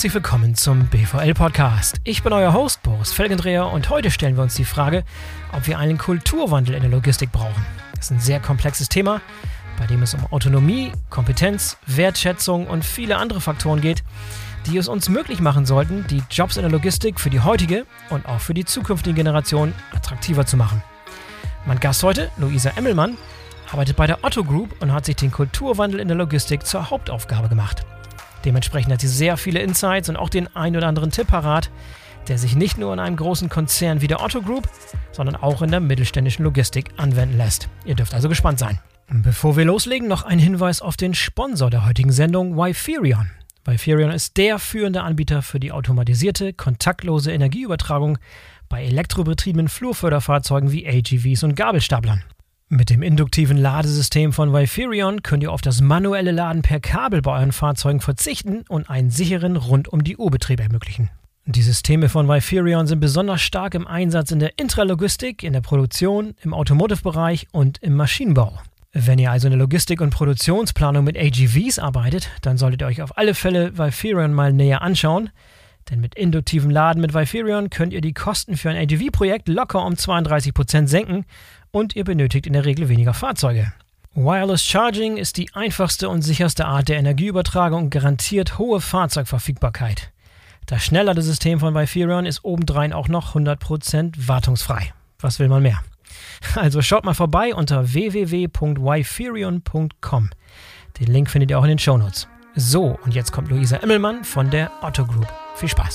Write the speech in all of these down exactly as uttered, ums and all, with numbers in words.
Herzlich willkommen zum B V L-Podcast. Ich bin euer Host Boris Felgendreher und heute stellen wir uns die Frage, ob wir einen Kulturwandel in der Logistik brauchen. Das ist ein sehr komplexes Thema, bei dem es um Autonomie, Kompetenz, Wertschätzung und viele andere Faktoren geht, die es uns möglich machen sollten, die Jobs in der Logistik für die heutige und auch für die zukünftige Generation attraktiver zu machen. Mein Gast heute, Luisa Emmelmann, arbeitet bei der Otto Group und hat sich den Kulturwandel in der Logistik zur Hauptaufgabe gemacht. Dementsprechend hat sie sehr viele Insights und auch den ein oder anderen Tipp parat, der sich nicht nur in einem großen Konzern wie der Otto Group, sondern auch in der mittelständischen Logistik anwenden lässt. Ihr dürft also gespannt sein. Bevor wir loslegen, noch ein Hinweis auf den Sponsor der heutigen Sendung, Wiferion. Wiferion ist der führende Anbieter für die automatisierte, kontaktlose Energieübertragung bei elektrobetriebenen Flurförderfahrzeugen wie A G Vs und Gabelstaplern. Mit dem induktiven Ladesystem von Wiferion könnt ihr auf das manuelle Laden per Kabel bei euren Fahrzeugen verzichten und einen sicheren Rund-um-die-Uhr-Betrieb ermöglichen. Die Systeme von Wiferion sind besonders stark im Einsatz in der Intralogistik, in der Produktion, im Automotive-Bereich und im Maschinenbau. Wenn ihr also in der Logistik- und Produktionsplanung mit A G Vs arbeitet, dann solltet ihr euch auf alle Fälle Wiferion mal näher anschauen. Denn mit induktivem Laden mit Wiferion könnt ihr die Kosten für ein A G V-Projekt locker um zweiunddreißig Prozent senken und ihr benötigt in der Regel weniger Fahrzeuge. Wireless Charging ist die einfachste und sicherste Art der Energieübertragung und garantiert hohe Fahrzeugverfügbarkeit. Das Schnellladesystem von Wiferion ist obendrein auch noch hundert Prozent wartungsfrei. Was will man mehr? Also schaut mal vorbei unter w w w punkt wiferion punkt com. Den Link findet ihr auch in den Shownotes. So, und jetzt kommt Luisa Emmelmann von der Otto Group. Viel Spaß!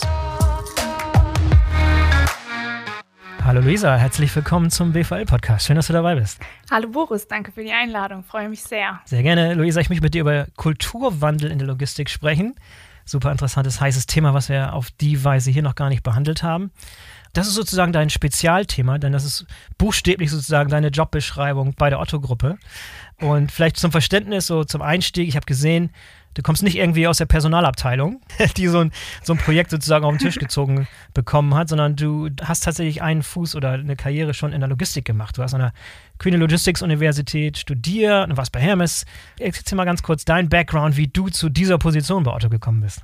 Hallo Luisa, herzlich willkommen zum B V L-Podcast. Schön, dass du dabei bist. Hallo Boris, danke für die Einladung. Freue mich sehr. Sehr gerne. Luisa, ich möchte mit dir über Kulturwandel in der Logistik sprechen. Super interessantes, heißes Thema, was wir auf die Weise hier noch gar nicht behandelt haben. Das ist sozusagen dein Spezialthema, denn das ist buchstäblich sozusagen deine Jobbeschreibung bei der Otto-Gruppe. Und vielleicht zum Verständnis, so zum Einstieg, ich habe gesehen, du kommst nicht irgendwie aus der Personalabteilung, die so ein, so ein Projekt sozusagen auf den Tisch gezogen bekommen hat, sondern du hast tatsächlich einen Fuß oder eine Karriere schon in der Logistik gemacht. Du hast an der Queen Logistics Universität studiert und warst bei Hermes. Erzähl mal ganz kurz deinen Background, wie du zu dieser Position bei Otto gekommen bist.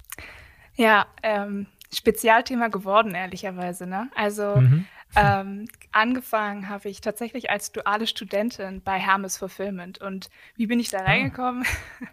Ja, ähm, Spezialthema geworden, ehrlicherweise. Ne? Also Mhm. ähm, angefangen habe ich tatsächlich als duale Studentin bei Hermes Fulfillment. Und wie bin ich da reingekommen?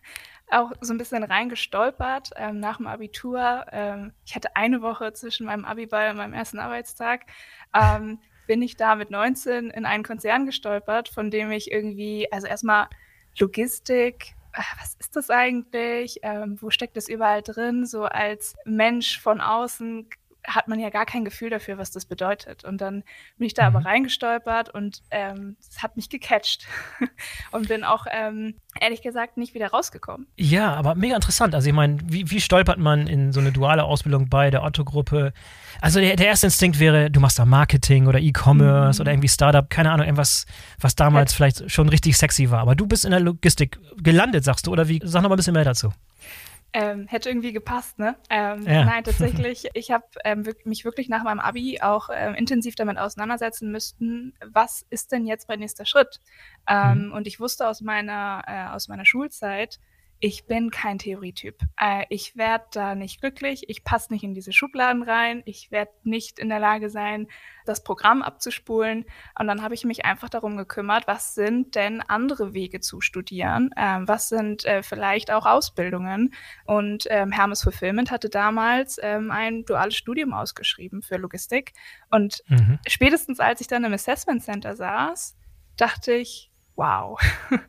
Auch so ein bisschen reingestolpert ähm, nach dem Abitur. Ähm, ich hatte eine Woche zwischen meinem Abiball und meinem ersten Arbeitstag. Ähm, bin ich da mit neunzehn in einen Konzern gestolpert, von dem ich irgendwie, also erstmal Logistik, was ist das eigentlich? Ähm, wo steckt das überall drin? So als Mensch von außen hat man ja gar kein Gefühl dafür, was das bedeutet. Und dann bin ich da Mhm. aber reingestolpert und ähm, es hat mich gecatcht und bin auch ähm, ehrlich gesagt nicht wieder rausgekommen. Ja, aber mega interessant. Also ich meine, wie, wie stolpert man in so eine duale Ausbildung bei der Otto-Gruppe? Also der, der erste Instinkt wäre, du machst da Marketing oder E-Commerce Mhm. oder irgendwie Startup, keine Ahnung, irgendwas, was damals Ja. vielleicht schon richtig sexy war. Aber du bist in der Logistik gelandet, sagst du, oder wie? Sag noch mal ein bisschen mehr dazu. Ähm, hätte irgendwie gepasst, ne? Ähm, Ja. Nein, tatsächlich. Ich habe ähm, wirk- mich wirklich nach meinem Abi auch ähm, intensiv damit auseinandersetzen müssten, was ist denn jetzt mein nächster Schritt? Ähm, Mhm. Und ich wusste aus meiner, äh, aus meiner Schulzeit, ich bin kein Theorietyp. Äh, ich werde da nicht glücklich, ich passe nicht in diese Schubladen rein, ich werde nicht in der Lage sein, das Programm abzuspulen. Und dann habe ich mich einfach darum gekümmert, was sind denn andere Wege zu studieren? Ähm, was sind äh, vielleicht auch Ausbildungen? Und ähm, Hermes Fulfillment hatte damals ähm, ein duales Studium ausgeschrieben für Logistik. Und Mhm. spätestens als ich dann im Assessment Center saß, dachte ich, wow,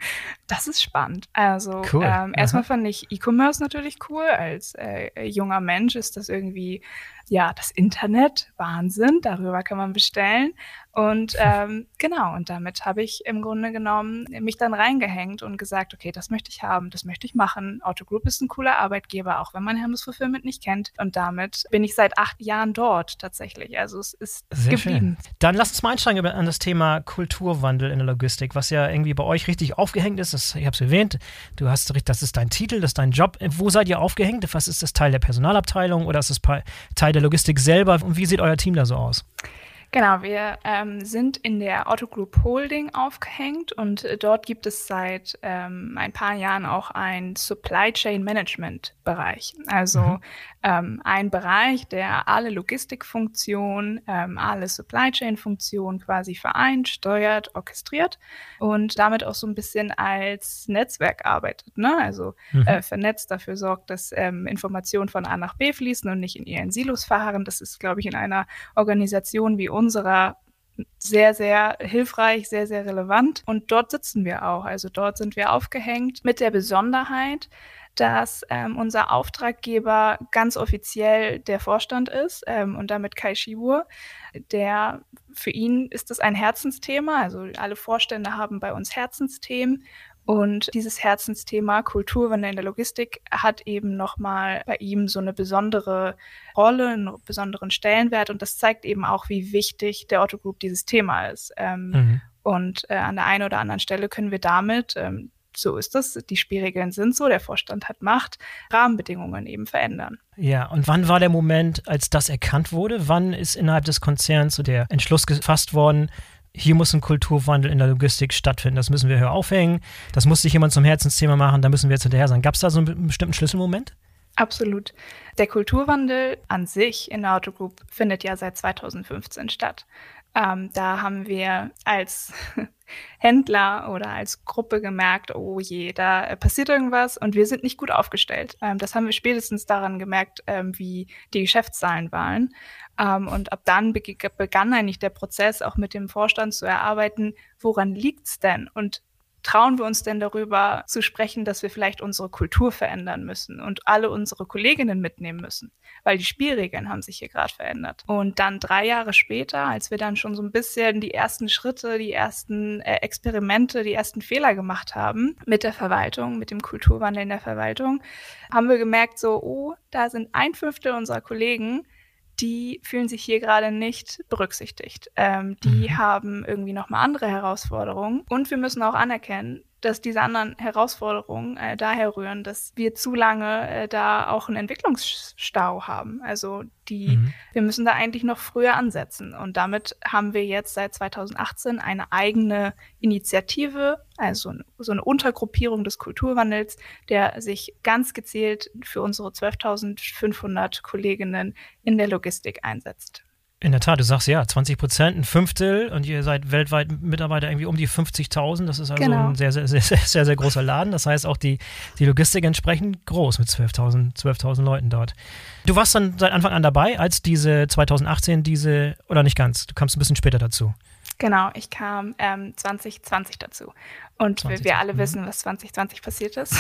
das ist spannend. Also Cool. ähm, erstmal Aha. fand ich E-Commerce natürlich cool. Als äh, junger Mensch ist das irgendwie, ja, das Internet, Wahnsinn, darüber kann man bestellen. Und ähm, genau, und damit habe ich im Grunde genommen mich dann reingehängt und gesagt, okay, das möchte ich haben, das möchte ich machen. Otto Group ist ein cooler Arbeitgeber, auch wenn man Hermes Fulfillment nicht kennt. Und damit bin ich seit acht Jahren dort tatsächlich. Also es ist Sehr geblieben. schön. Dann lass uns mal einsteigen an das Thema Kulturwandel in der Logistik, was ja irgendwie bei euch richtig aufgehängt ist. Das, ich habe es erwähnt, du hast, das ist dein Titel, das ist dein Job. Wo seid ihr aufgehängt? Was ist das Teil der Personalabteilung oder ist das Teil der Logistik selber? Und wie sieht euer Team da so aus? Genau, wir ähm, sind in der Otto Group Holding aufgehängt und äh, dort gibt es seit ähm, ein paar Jahren auch einen Supply Chain Management Bereich. Also Mhm. ähm, ein Bereich, der alle Logistikfunktionen, ähm, alle Supply Chain Funktionen quasi vereint, steuert, orchestriert und damit auch so ein bisschen als Netzwerk arbeitet, ne? Also Mhm. äh, vernetzt dafür sorgt, dass ähm, Informationen von A nach B fließen und nicht in ihren Silos verharren. Das ist, glaube ich, in einer Organisation wie unserer sehr, sehr hilfreich, sehr, sehr relevant. Und dort sitzen wir auch. Also dort sind wir aufgehängt mit der Besonderheit, dass ähm, unser Auftraggeber ganz offiziell der Vorstand ist ähm, und damit Kai Schibur. Der, für ihn ist das ein Herzensthema. Also alle Vorstände haben bei uns Herzensthemen. Und dieses Herzensthema Kulturwandel in der Logistik hat eben nochmal bei ihm so eine besondere Rolle, einen besonderen Stellenwert. Und das zeigt eben auch, wie wichtig der Otto Group dieses Thema ist. Ähm, Mhm. und äh, an der einen oder anderen Stelle können wir damit, ähm, so ist das, die Spielregeln sind so, der Vorstand hat Macht, Rahmenbedingungen eben verändern. Ja, und wann war der Moment, als das erkannt wurde? Wann ist innerhalb des Konzerns so der Entschluss gefasst worden, hier muss ein Kulturwandel in der Logistik stattfinden, das müssen wir höher aufhängen, das muss sich jemand zum Herzensthema machen, da müssen wir jetzt hinterher sein. Gab es da so einen bestimmten Schlüsselmoment? Absolut. Der Kulturwandel an sich in der Otto Group findet ja seit zweitausendfünfzehn statt. Ähm, da haben wir als Händler oder als Gruppe gemerkt, oh je, da passiert irgendwas und wir sind nicht gut aufgestellt. Ähm, das haben wir spätestens daran gemerkt, ähm, wie die Geschäftszahlen waren. Ähm, und ab dann be- begann eigentlich der Prozess, auch mit dem Vorstand zu erarbeiten, woran liegt's denn? Und trauen wir uns denn darüber zu sprechen, dass wir vielleicht unsere Kultur verändern müssen und alle unsere Kolleginnen mitnehmen müssen? Weil die Spielregeln haben sich hier gerade verändert. Und dann drei Jahre später, als wir dann schon so ein bisschen die ersten Schritte, die ersten äh, Experimente, die ersten Fehler gemacht haben mit der Verwaltung, mit dem Kulturwandel in der Verwaltung, haben wir gemerkt, so, oh, da sind ein Fünftel unserer Kollegen, die fühlen sich hier gerade nicht berücksichtigt. Ähm, die Mhm. haben irgendwie nochmal andere Herausforderungen. Und wir müssen auch anerkennen, dass diese anderen Herausforderungen äh, daher rühren, dass wir zu lange äh, da auch einen Entwicklungsstau haben. Also die, Mhm. wir müssen da eigentlich noch früher ansetzen. Und damit haben wir jetzt seit zweitausendachtzehn eine eigene Initiative, also so eine Untergruppierung des Kulturwandels, der sich ganz gezielt für unsere zwölftausendfünfhundert Kolleginnen in der Logistik einsetzt. In der Tat, du sagst ja, zwanzig Prozent, ein Fünftel und ihr seid weltweit Mitarbeiter irgendwie um die fünfzigtausend. Das ist also Genau. ein sehr, sehr, sehr, sehr, sehr großer Laden. Das heißt auch die, die Logistik entsprechend groß mit zwölftausend Leuten dort. Du warst dann seit Anfang an dabei, als diese zweitausendachtzehn diese, oder nicht ganz, du kamst ein bisschen später dazu. Genau, ich kam ähm, zwanzig zwanzig dazu. Und zwanzig zwanzig, wir alle mhm. wissen, was zwanzig zwanzig passiert ist.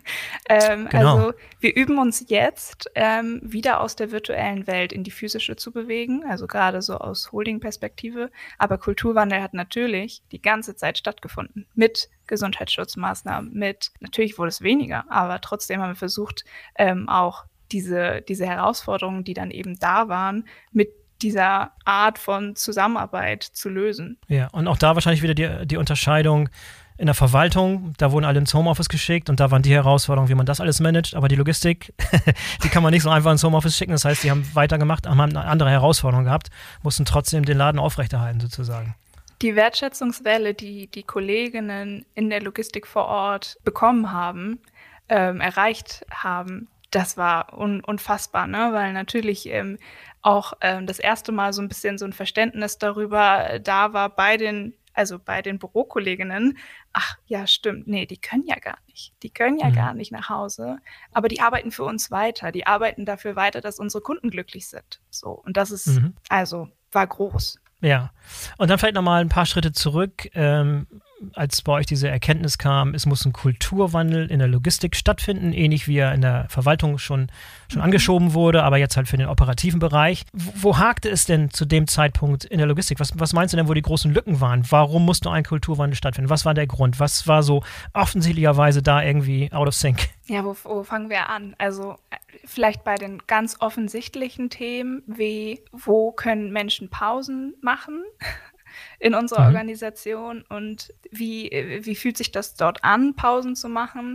ähm, Genau. Also wir üben uns jetzt ähm, wieder aus der virtuellen Welt in die physische zu bewegen, also gerade so aus Holding-Perspektive. Aber Kulturwandel hat natürlich die ganze Zeit stattgefunden mit Gesundheitsschutzmaßnahmen, mit, natürlich wurde es weniger, aber trotzdem haben wir versucht, ähm, auch diese, diese Herausforderungen, die dann eben da waren, mit dieser Art von Zusammenarbeit zu lösen. Ja, und auch da wahrscheinlich wieder die, die Unterscheidung in der Verwaltung, da wurden alle ins Homeoffice geschickt und da waren die Herausforderungen, wie man das alles managt, aber die Logistik, die kann man nicht so einfach ins Homeoffice schicken, das heißt, die haben weitergemacht, haben eine andere Herausforderung gehabt, mussten trotzdem den Laden aufrechterhalten sozusagen. Die Wertschätzungswelle, die die Kolleginnen in der Logistik vor Ort bekommen haben, ähm, erreicht haben, das war un- unfassbar, ne? Weil natürlich ähm, auch ähm, das erste Mal so ein bisschen so ein Verständnis darüber äh, da war bei den, also bei den Bürokolleginnen. Ach ja, stimmt, nee, die können ja gar nicht. Die können ja Mhm. gar nicht nach Hause, aber die arbeiten für uns weiter. Die arbeiten dafür weiter, dass unsere Kunden glücklich sind. So, und das ist, Mhm. also, war groß. Ja, und dann vielleicht nochmal ein paar Schritte zurück, ähm, als bei euch diese Erkenntnis kam, es muss ein Kulturwandel in der Logistik stattfinden, ähnlich wie er in der Verwaltung schon, schon angeschoben wurde, aber jetzt halt für den operativen Bereich. Wo, wo hakte es denn zu dem Zeitpunkt in der Logistik? Was, was meinst du denn, wo die großen Lücken waren? Warum musste ein Kulturwandel stattfinden? Was war der Grund? Was war so offensichtlicherweise da irgendwie out of sync? Ja, wo, wo fangen wir an? Also vielleicht bei den ganz offensichtlichen Themen wie, wo können Menschen Pausen machen in unserer Mhm. Organisation und wie, wie fühlt sich das dort an, Pausen zu machen?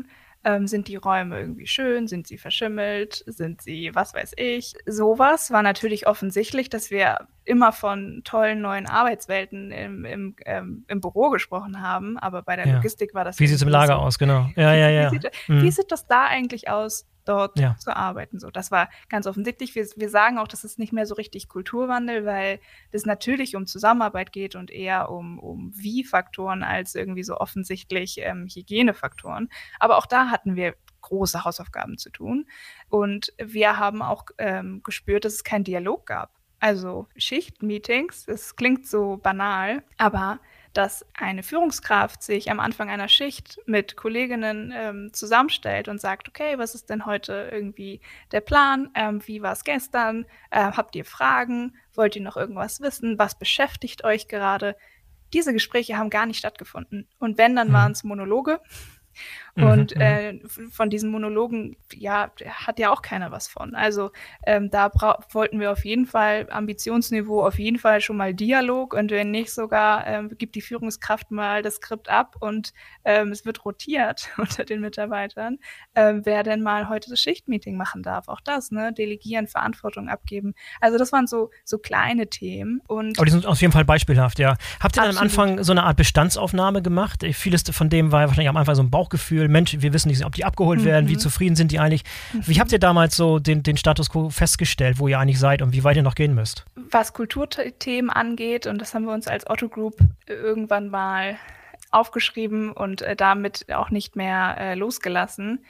Ähm, sind die Räume irgendwie schön? Sind sie verschimmelt? Sind sie, was weiß ich? Sowas war natürlich offensichtlich, dass wir immer von tollen neuen Arbeitswelten im, im, ähm, im Büro gesprochen haben, aber bei der Ja. Logistik war das Wie sieht es im Lager so aus, genau. Ja, ja, ja. Wie sieht, mhm. wie sieht das da eigentlich aus, dort ja. zu arbeiten? So, das war ganz offensichtlich. Wir, wir sagen auch, das ist nicht mehr so richtig Kulturwandel, weil es natürlich um Zusammenarbeit geht und eher um, um Wie-Faktoren als irgendwie so offensichtlich ähm, Hygienefaktoren. Aber auch da hatten wir große Hausaufgaben zu tun. Und wir haben auch ähm, gespürt, dass es keinen Dialog gab. Also Schichtmeetings, es klingt so banal, aber dass eine Führungskraft sich am Anfang einer Schicht mit Kolleginnen ähm, zusammenstellt und sagt, okay, was ist denn heute irgendwie der Plan? Ähm, wie war es gestern? Äh, habt ihr Fragen? Wollt ihr noch irgendwas wissen? Was beschäftigt euch gerade? Diese Gespräche haben gar nicht stattgefunden. Und wenn, dann mhm. waren es Monologe. Und mhm, äh, von diesen Monologen, ja, hat ja auch keiner was von. Also ähm, da wollten wir auf jeden Fall Ambitionsniveau, auf jeden Fall schon mal Dialog und wenn nicht sogar, ähm, gibt die Führungskraft mal das Skript ab und ähm, es wird rotiert unter den Mitarbeitern, ähm, wer denn mal heute das Schichtmeeting machen darf. Auch das, ne, delegieren, Verantwortung abgeben. Also das waren so, so kleine Themen. Und aber die sind auf jeden Fall beispielhaft, ja. Habt ihr dann am Anfang so eine Art Bestandsaufnahme gemacht? Vieles von dem war wahrscheinlich am Anfang so ein Bauchgefühl, Mensch, wir wissen nicht, ob die abgeholt mhm. werden, wie zufrieden sind die eigentlich. Mhm. Wie habt ihr damals so den, den Status quo festgestellt, wo ihr eigentlich seid und wie weit ihr noch gehen müsst? Was Kulturthemen angeht, und das haben wir uns als Otto Group irgendwann mal aufgeschrieben und äh, damit auch nicht mehr äh, losgelassen.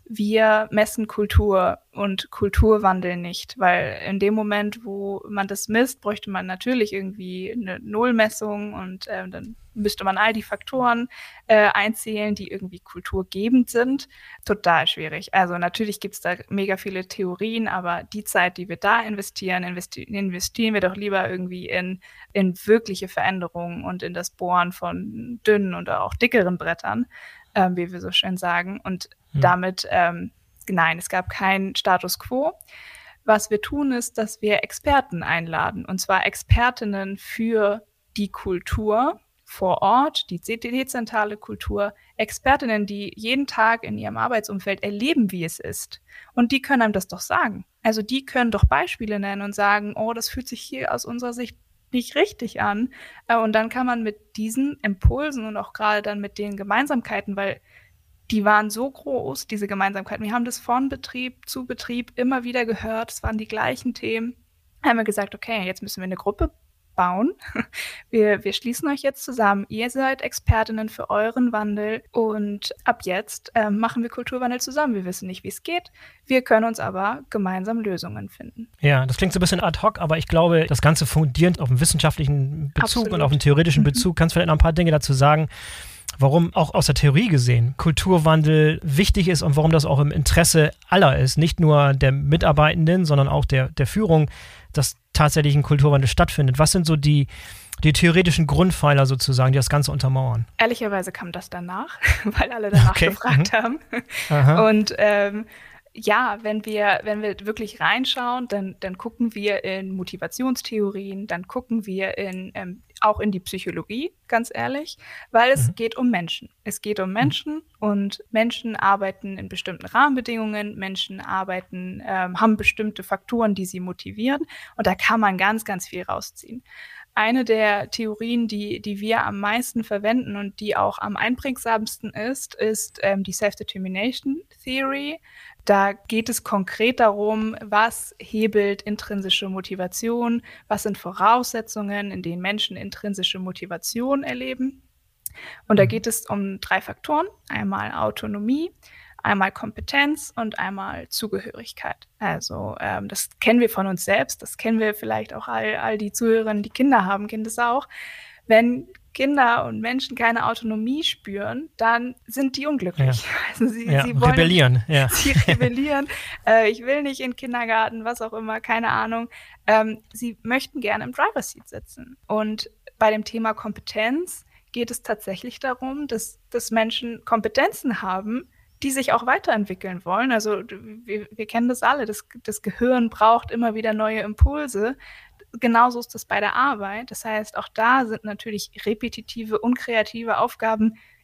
Wir messen Kultur und Kulturwandel nicht, weil in dem Moment, wo man das misst, bräuchte man natürlich irgendwie eine Nullmessung und äh, dann müsste man all die Faktoren äh, einzählen, die irgendwie kulturgebend sind. Total schwierig. Also natürlich gibt es da mega viele Theorien, aber die Zeit, die wir da investieren, investi- investieren wir doch lieber irgendwie in, in wirkliche Veränderungen und in das Bohren von dünnen oder auch dickeren Brettern, äh, wie wir so schön sagen. Und hm. damit, ähm, nein, es gab keinen Status quo. Was wir tun, ist, dass wir Experten einladen, und zwar Expertinnen für die Kultur vor Ort, die dezentrale Kultur, Expertinnen, die jeden Tag in ihrem Arbeitsumfeld erleben, wie es ist. Und die können einem das doch sagen. Also die können doch Beispiele nennen und sagen, oh, das fühlt sich hier aus unserer Sicht nicht richtig an. Und dann kann man mit diesen Impulsen und auch gerade dann mit den Gemeinsamkeiten, weil die waren so groß, diese Gemeinsamkeiten. Wir haben das von Betrieb zu Betrieb immer wieder gehört. Es waren die gleichen Themen. Haben wir gesagt, okay, jetzt müssen wir eine Gruppe bauen. Wir, wir schließen euch jetzt zusammen. Ihr seid Expertinnen für euren Wandel und ab jetzt äh, machen wir Kulturwandel zusammen. Wir wissen nicht, wie es geht. Wir können uns aber gemeinsam Lösungen finden. Ja, das klingt so ein bisschen ad hoc, aber ich glaube, das Ganze fundierend auf einen wissenschaftlichen Bezug Absolut. Und auf einen theoretischen Bezug. Kannst du vielleicht noch ein paar Dinge dazu sagen, warum auch aus der Theorie gesehen Kulturwandel wichtig ist und warum das auch im Interesse aller ist, nicht nur der Mitarbeitenden, sondern auch der, der Führung, dass tatsächlich ein Kulturwandel stattfindet. Was sind so die, die theoretischen Grundpfeiler sozusagen, die das Ganze untermauern? Ehrlicherweise kam das danach, weil alle danach okay. gefragt mhm. haben. Aha. Und ähm, ja, wenn wir, wenn wir wirklich reinschauen, dann, dann gucken wir in Motivationstheorien, dann gucken wir in, ähm, auch in die Psychologie, ganz ehrlich, weil es mhm. geht um Menschen. Es geht um Menschen und Menschen arbeiten in bestimmten Rahmenbedingungen, Menschen arbeiten, ähm, haben bestimmte Faktoren, die sie motivieren und da kann man ganz, ganz viel rausziehen. Eine der Theorien, die, die wir am meisten verwenden und die auch am einprägsamsten ist, ist ähm, die Self-Determination Theory. Da geht es konkret darum, was hebelt intrinsische Motivation, was sind Voraussetzungen, in denen Menschen intrinsische Motivation erleben. Und da geht es um drei Faktoren, einmal Autonomie, einmal Kompetenz und einmal Zugehörigkeit. Also ähm, das kennen wir von uns selbst, das kennen wir vielleicht auch all, all die Zuhörerinnen, die Kinder haben, kennen das auch. Wenn Kinder und Menschen keine Autonomie spüren, dann sind die unglücklich. Ja. Also sie, ja, sie wollen, rebellieren. Ja. Sie rebellieren. äh, ich will nicht in den Kindergarten, was auch immer, keine Ahnung. Ähm, sie möchten gerne im Driver's Seat sitzen. Und bei dem Thema Kompetenz geht es tatsächlich darum, dass, dass Menschen Kompetenzen haben, die sich auch weiterentwickeln wollen. Also wir, wir kennen das alle, das, das Gehirn braucht immer wieder neue Impulse. Genauso ist das bei der Arbeit. Das heißt, auch da sind natürlich repetitive, unkreative Aufgaben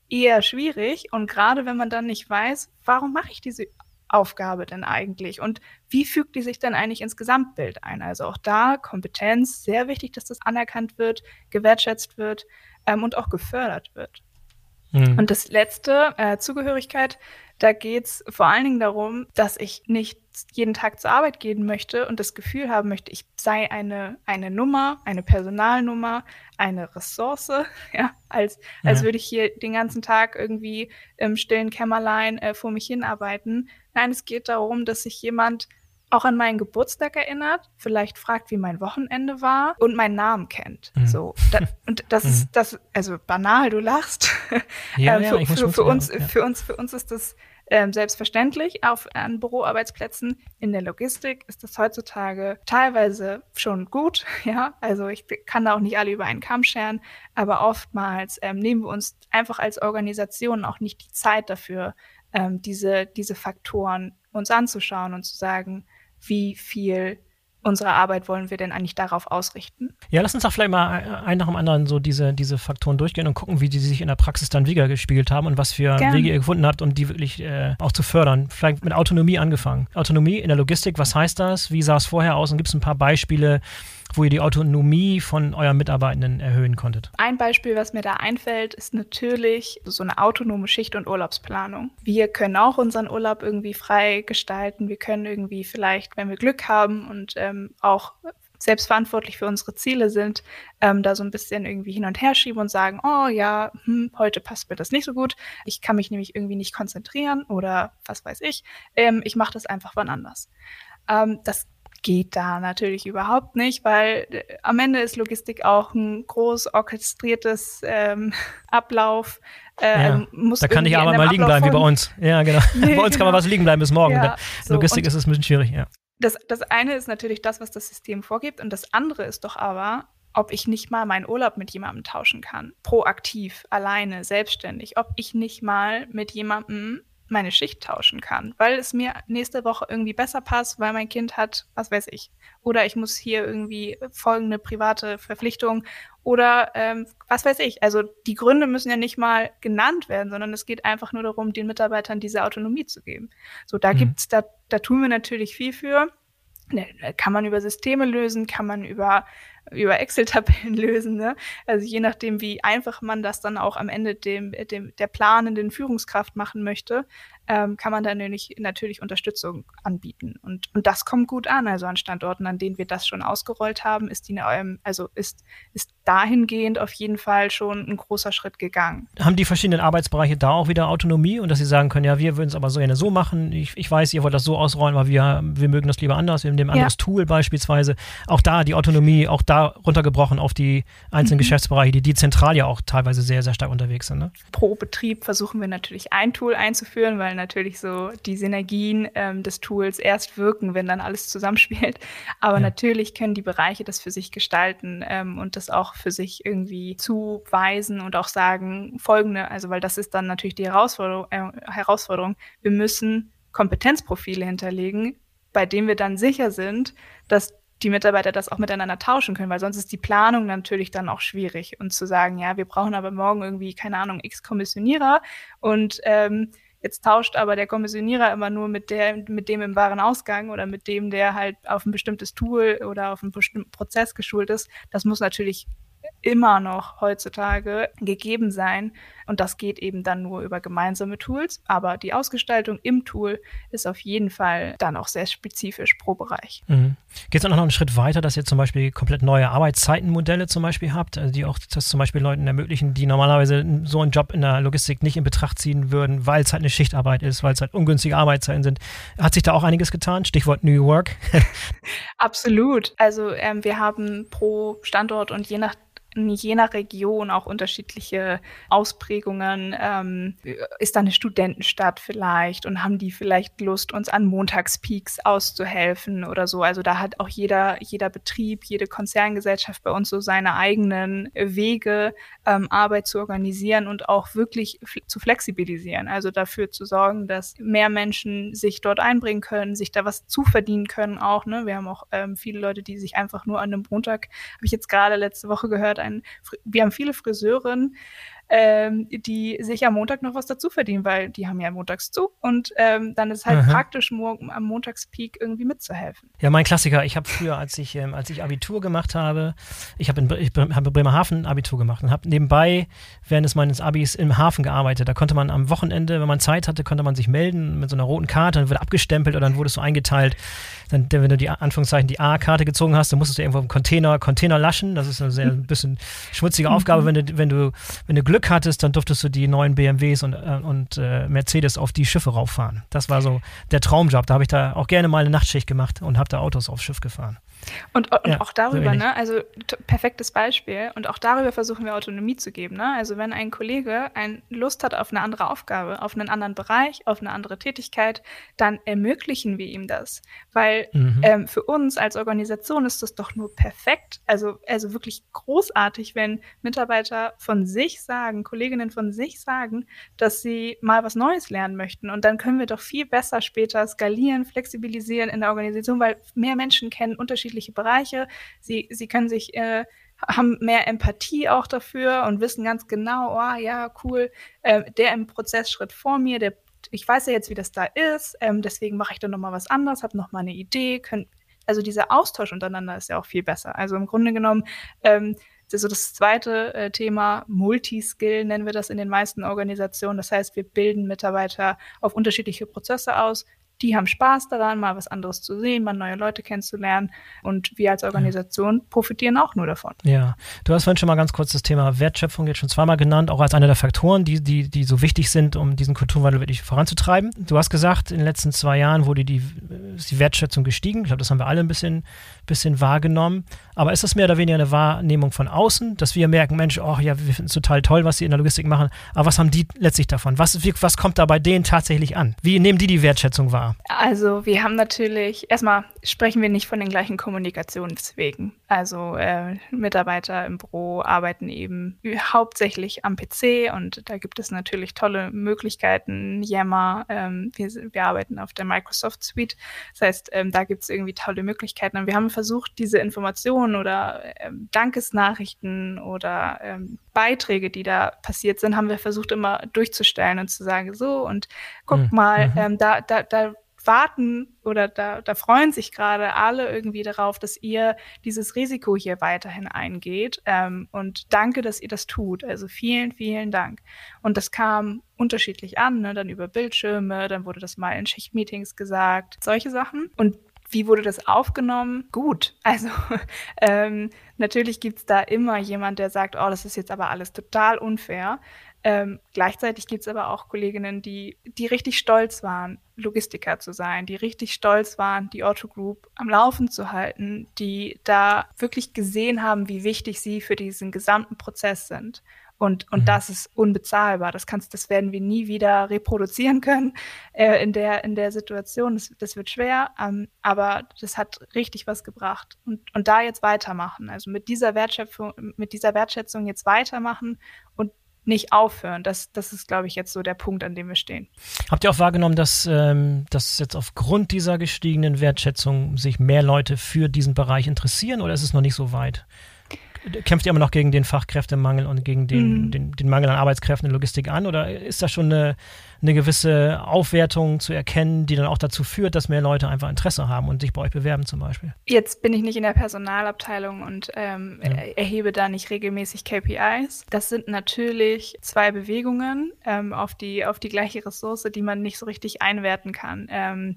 eher schwierig. Und gerade wenn man dann nicht weiß, warum mache ich diese Aufgabe denn eigentlich und wie fügt die sich dann eigentlich ins Gesamtbild ein? Also auch da Kompetenz, sehr wichtig, dass das anerkannt wird, gewertschätzt wird ähm, und auch gefördert wird. Mhm. Und das Letzte, äh, Zugehörigkeit, da geht's vor allen Dingen darum, dass ich nicht jeden Tag zur Arbeit gehen möchte und das Gefühl haben möchte, ich sei eine, eine Nummer, eine Personalnummer, eine Ressource, ja, als, ja. als würde ich hier den ganzen Tag irgendwie im stillen Kämmerlein äh, vor mich hinarbeiten. Nein, es geht darum, dass sich jemand auch an meinen Geburtstag erinnert, vielleicht fragt, wie mein Wochenende war und meinen Namen kennt. Mhm. So, da, und das mhm. ist das, also banal, du lachst. Ja, ähm, ja, für, ich muss für, für uns, ja. für uns, für uns ist das ähm, selbstverständlich. Auf an Büroarbeitsplätzen in der Logistik ist das heutzutage teilweise schon gut. Ja, also ich kann da auch nicht alle über einen Kamm scheren, aber oftmals ähm, nehmen wir uns einfach als Organisation auch nicht die Zeit dafür, ähm, diese diese Faktoren uns anzuschauen und zu sagen, wie viel unserer Arbeit wollen wir denn eigentlich darauf ausrichten? Ja, lass uns doch vielleicht mal ein nach dem anderen so diese, diese Faktoren durchgehen und gucken, wie die sich in der Praxis dann wiedergespiegelt haben und was für Gerne. Wege ihr gefunden habt, um die wirklich äh, auch zu fördern. Vielleicht mit Autonomie angefangen. Autonomie in der Logistik, was heißt das? Wie sah es vorher aus? Und gibt es ein paar Beispiele, wo ihr die Autonomie von euren Mitarbeitenden erhöhen konntet? Ein Beispiel, was mir da einfällt, ist natürlich so eine autonome Schicht- und Urlaubsplanung. Wir können auch unseren Urlaub irgendwie frei gestalten. Wir können irgendwie vielleicht, wenn wir Glück haben und ähm, auch selbstverantwortlich für unsere Ziele sind, ähm, da so ein bisschen irgendwie hin und her schieben und sagen, oh ja, hm, heute passt mir das nicht so gut. Ich kann mich nämlich irgendwie nicht konzentrieren oder was weiß ich. Ähm, ich mache das einfach wann anders. Ähm, das geht da natürlich überhaupt nicht, weil äh, am Ende ist Logistik auch ein groß orchestriertes ähm, Ablauf. Äh, ja, also muss da kann ich aber mal liegen bleiben, wie bei uns. Ja, genau. Nee, bei uns genau. kann man was liegen bleiben bis morgen. Ja, so, Logistik ist es ein bisschen schwierig, ja. Das, das eine ist natürlich das, was das System vorgibt und das andere ist doch aber, ob ich nicht mal meinen Urlaub mit jemandem tauschen kann. Proaktiv, alleine, selbstständig. Ob ich nicht mal mit jemandem meine Schicht tauschen kann, weil es mir nächste Woche irgendwie besser passt, weil mein Kind hat, was weiß ich. Oder ich muss hier irgendwie folgende private Verpflichtung oder ähm, was weiß ich. Also die Gründe müssen ja nicht mal genannt werden, sondern es geht einfach nur darum, den Mitarbeitern diese Autonomie zu geben. So, da mhm. gibt's, da, da tun wir natürlich viel für. Kann man über Systeme lösen, kann man über über Excel-Tabellen lösen, ne? Also je nachdem, wie einfach man das dann auch am Ende dem, dem der planenden Führungskraft machen möchte, ähm, kann man dann natürlich, natürlich Unterstützung anbieten. Und, und das kommt gut an. Also an Standorten, an denen wir das schon ausgerollt haben, ist die, ähm, also ist, ist dahingehend auf jeden Fall schon ein großer Schritt gegangen. Haben die verschiedenen Arbeitsbereiche da auch wieder Autonomie und dass sie sagen können, ja, wir würden es aber so gerne so machen. Ich, ich weiß, ihr wollt das so ausrollen, aber wir, wir mögen das lieber anders. Wir nehmen ein anderes ja. Tool beispielsweise. Auch da die Autonomie, auch da runtergebrochen auf die einzelnen mhm. Geschäftsbereiche, die dezentral ja auch teilweise sehr, sehr stark unterwegs sind. Ne? Pro Betrieb versuchen wir natürlich ein Tool einzuführen, weil natürlich so die Synergien ähm, des Tools erst wirken, wenn dann alles zusammenspielt. Aber ja. natürlich können die Bereiche das für sich gestalten ähm, und das auch für sich irgendwie zuweisen und auch sagen, folgende, also weil das ist dann natürlich die Herausforderung, äh, Herausforderung. Wir müssen Kompetenzprofile hinterlegen, bei denen wir dann sicher sind, dass die Mitarbeiter das auch miteinander tauschen können, weil sonst ist die Planung natürlich dann auch schwierig. Und zu sagen, ja, wir brauchen aber morgen irgendwie, keine Ahnung, x Kommissionierer und ähm, jetzt tauscht aber der Kommissionierer immer nur mit der, mit dem im Warenausgang oder mit dem, der halt auf ein bestimmtes Tool oder auf einen bestimmten Prozess geschult ist. Das muss natürlich immer noch heutzutage gegeben sein. Und das geht eben dann nur über gemeinsame Tools. Aber die Ausgestaltung im Tool ist auf jeden Fall dann auch sehr spezifisch pro Bereich. Mhm. Geht es dann auch noch einen Schritt weiter, dass ihr zum Beispiel komplett neue Arbeitszeitenmodelle zum Beispiel habt, also die auch das zum Beispiel Leuten ermöglichen, die normalerweise so einen Job in der Logistik nicht in Betracht ziehen würden, weil es halt eine Schichtarbeit ist, weil es halt ungünstige Arbeitszeiten sind. Hat sich da auch einiges getan? Stichwort New Work. Absolut. Also ähm, wir haben pro Standort und je nach in jener Region auch unterschiedliche Ausprägungen. Ähm, ist da eine Studentenstadt vielleicht und haben die vielleicht Lust, uns an Montagspeaks auszuhelfen oder so. Also da hat auch jeder, jeder Betrieb, jede Konzerngesellschaft bei uns so seine eigenen Wege, ähm, Arbeit zu organisieren und auch wirklich f- zu flexibilisieren. Also dafür zu sorgen, dass mehr Menschen sich dort einbringen können, sich da was zuverdienen können auch. Ne? Wir haben auch ähm, viele Leute, die sich einfach nur an einem Montag, habe ich jetzt gerade letzte Woche gehört, Ein, wir haben viele Friseurinnen, ähm, die sich am Montag noch was dazu verdienen, weil die haben ja montags zu und ähm, dann ist halt Aha. praktisch morgen am Montagspeak irgendwie mitzuhelfen. Ja, mein Klassiker. Ich habe früher, als ich, ähm, als ich Abitur gemacht habe, ich habe in, Bre- ich habe in Bremerhaven Abitur gemacht und habe nebenbei während des meines Abis im Hafen gearbeitet. Da konnte man am Wochenende, wenn man Zeit hatte, konnte man sich melden mit so einer roten Karte, dann wird abgestempelt und dann wurdest du eingeteilt. Dann, wenn du die Anführungszeichen die A-Karte gezogen hast, dann musstest du irgendwo im Container, Container laschen. Das ist eine sehr ein bisschen schmutzige Aufgabe. Wenn du, wenn du, wenn du Glück hattest, dann durftest du die neuen B M Ws und, äh, und äh, Mercedes auf die Schiffe rauffahren. Das war so der Traumjob. Da habe ich da auch gerne mal eine Nachtschicht gemacht und habe da Autos aufs Schiff gefahren. Und, und Ja, auch so darüber, ähnlich. ne, also t- perfektes Beispiel, und auch darüber versuchen wir Autonomie zu geben, ne? Also wenn ein Kollege ein Lust hat auf eine andere Aufgabe, auf einen anderen Bereich, auf eine andere Tätigkeit, dann ermöglichen wir ihm das. Weil Mhm. ähm, für uns als Organisation ist das doch nur perfekt, also, also wirklich großartig, wenn Mitarbeiter von sich sagen, Kolleginnen von sich sagen, dass sie mal was Neues lernen möchten. Und dann können wir doch viel besser später skalieren, flexibilisieren in der Organisation, weil mehr Menschen kennen unterschiedliche Bereiche. Sie, sie können sich, äh, haben mehr Empathie auch dafür und wissen ganz genau, oh ja, cool, äh, der im Prozessschritt vor mir, der, ich weiß ja jetzt, wie das da ist, ähm, deswegen mache ich dann nochmal was anderes, habe nochmal eine Idee. Können, also dieser Austausch untereinander ist ja auch viel besser. Also im Grunde genommen, ähm, das ist so das zweite äh, Thema, Multiskill nennen wir das in den meisten Organisationen. Das heißt, wir bilden Mitarbeiter auf unterschiedliche Prozesse aus. Die haben Spaß daran, mal was anderes zu sehen, mal neue Leute kennenzulernen. Und wir als Organisation profitieren auch nur davon. Ja, du hast vorhin schon mal ganz kurz das Thema Wertschöpfung jetzt schon zweimal genannt, auch als einer der Faktoren, die, die, die so wichtig sind, um diesen Kulturwandel wirklich voranzutreiben. Du hast gesagt, in den letzten zwei Jahren wurde die, ist die Wertschätzung gestiegen. Ich glaube, das haben wir alle ein bisschen, bisschen wahrgenommen. Aber ist das mehr oder weniger eine Wahrnehmung von außen, dass wir merken, Mensch, oh ja, wir finden es total toll, was sie in der Logistik machen. Aber was haben die letztlich davon? Was, wie, was kommt da bei denen tatsächlich an? Wie nehmen die die Wertschätzung wahr? Also wir haben natürlich, erstmal sprechen wir nicht von den gleichen Kommunikationswegen. Also äh, Mitarbeiter im Büro arbeiten eben hauptsächlich am P C und da gibt es natürlich tolle Möglichkeiten. Yammer, ähm, wir, wir arbeiten auf der Microsoft Suite. Das heißt, ähm, da gibt es irgendwie tolle Möglichkeiten. Und wir haben versucht, diese Informationen oder ähm, Dankesnachrichten oder ähm, Beiträge, die da passiert sind, haben wir versucht immer durchzustellen und zu sagen, so und guckt Mhm. mal, ähm, da, da, da warten oder da, da freuen sich gerade alle irgendwie darauf, dass ihr dieses Risiko hier weiterhin eingeht. Ähm, und danke, dass ihr das tut. Also vielen, vielen Dank. Und das kam unterschiedlich an, ne? Dann über Bildschirme, dann wurde das mal in Schichtmeetings gesagt, solche Sachen. Und wie wurde das aufgenommen? Gut. Also ähm, natürlich gibt's da immer jemand, der sagt, oh, das ist jetzt aber alles total unfair. Ähm, gleichzeitig gibt's aber auch Kolleginnen, die, die richtig stolz waren, Logistiker zu sein, die richtig stolz waren, die Otto Group am Laufen zu halten, die da wirklich gesehen haben, wie wichtig sie für diesen gesamten Prozess sind. Und, und Mhm. das ist unbezahlbar. Das kannst, das werden wir nie wieder reproduzieren können äh, in der, in der Situation. Das, das wird schwer, ähm, aber das hat richtig was gebracht. Und, und da jetzt weitermachen. Also mit dieser Wertschöpfung, mit dieser Wertschätzung jetzt weitermachen und nicht aufhören. Das, das ist, glaube ich, jetzt so der Punkt, an dem wir stehen. Habt ihr auch wahrgenommen, dass, ähm, dass jetzt aufgrund dieser gestiegenen Wertschätzung sich mehr Leute für diesen Bereich interessieren oder ist es noch nicht so weit? Kämpft ihr immer noch gegen den Fachkräftemangel und gegen den, Mhm. den, den Mangel an Arbeitskräften in der Logistik an? Oder ist da schon eine, eine gewisse Aufwertung zu erkennen, die dann auch dazu führt, dass mehr Leute einfach Interesse haben und sich bei euch bewerben zum Beispiel? Jetzt bin ich nicht in der Personalabteilung und ähm, Ja. er- erhebe da nicht regelmäßig K P Is. Das sind natürlich zwei Bewegungen ähm, auf die, auf die gleiche Ressource, die man nicht so richtig einwerten kann. Ähm,